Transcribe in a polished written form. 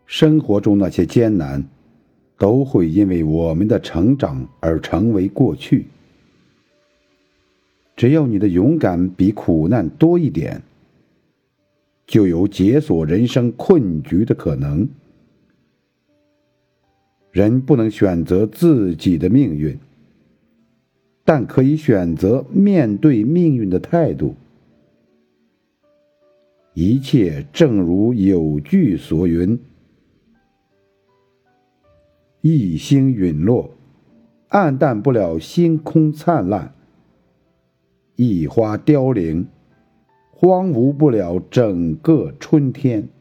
生活中那些艰难，都会因为我们的成长而成为过去。只要你的勇敢比苦难多一点，就有解锁人生困局的可能。人不能选择自己的命运，但可以选择面对命运的态度。一切正如有句所云：一星陨落，暗淡不了星空灿烂；一花凋零，荒芜不了整个春天。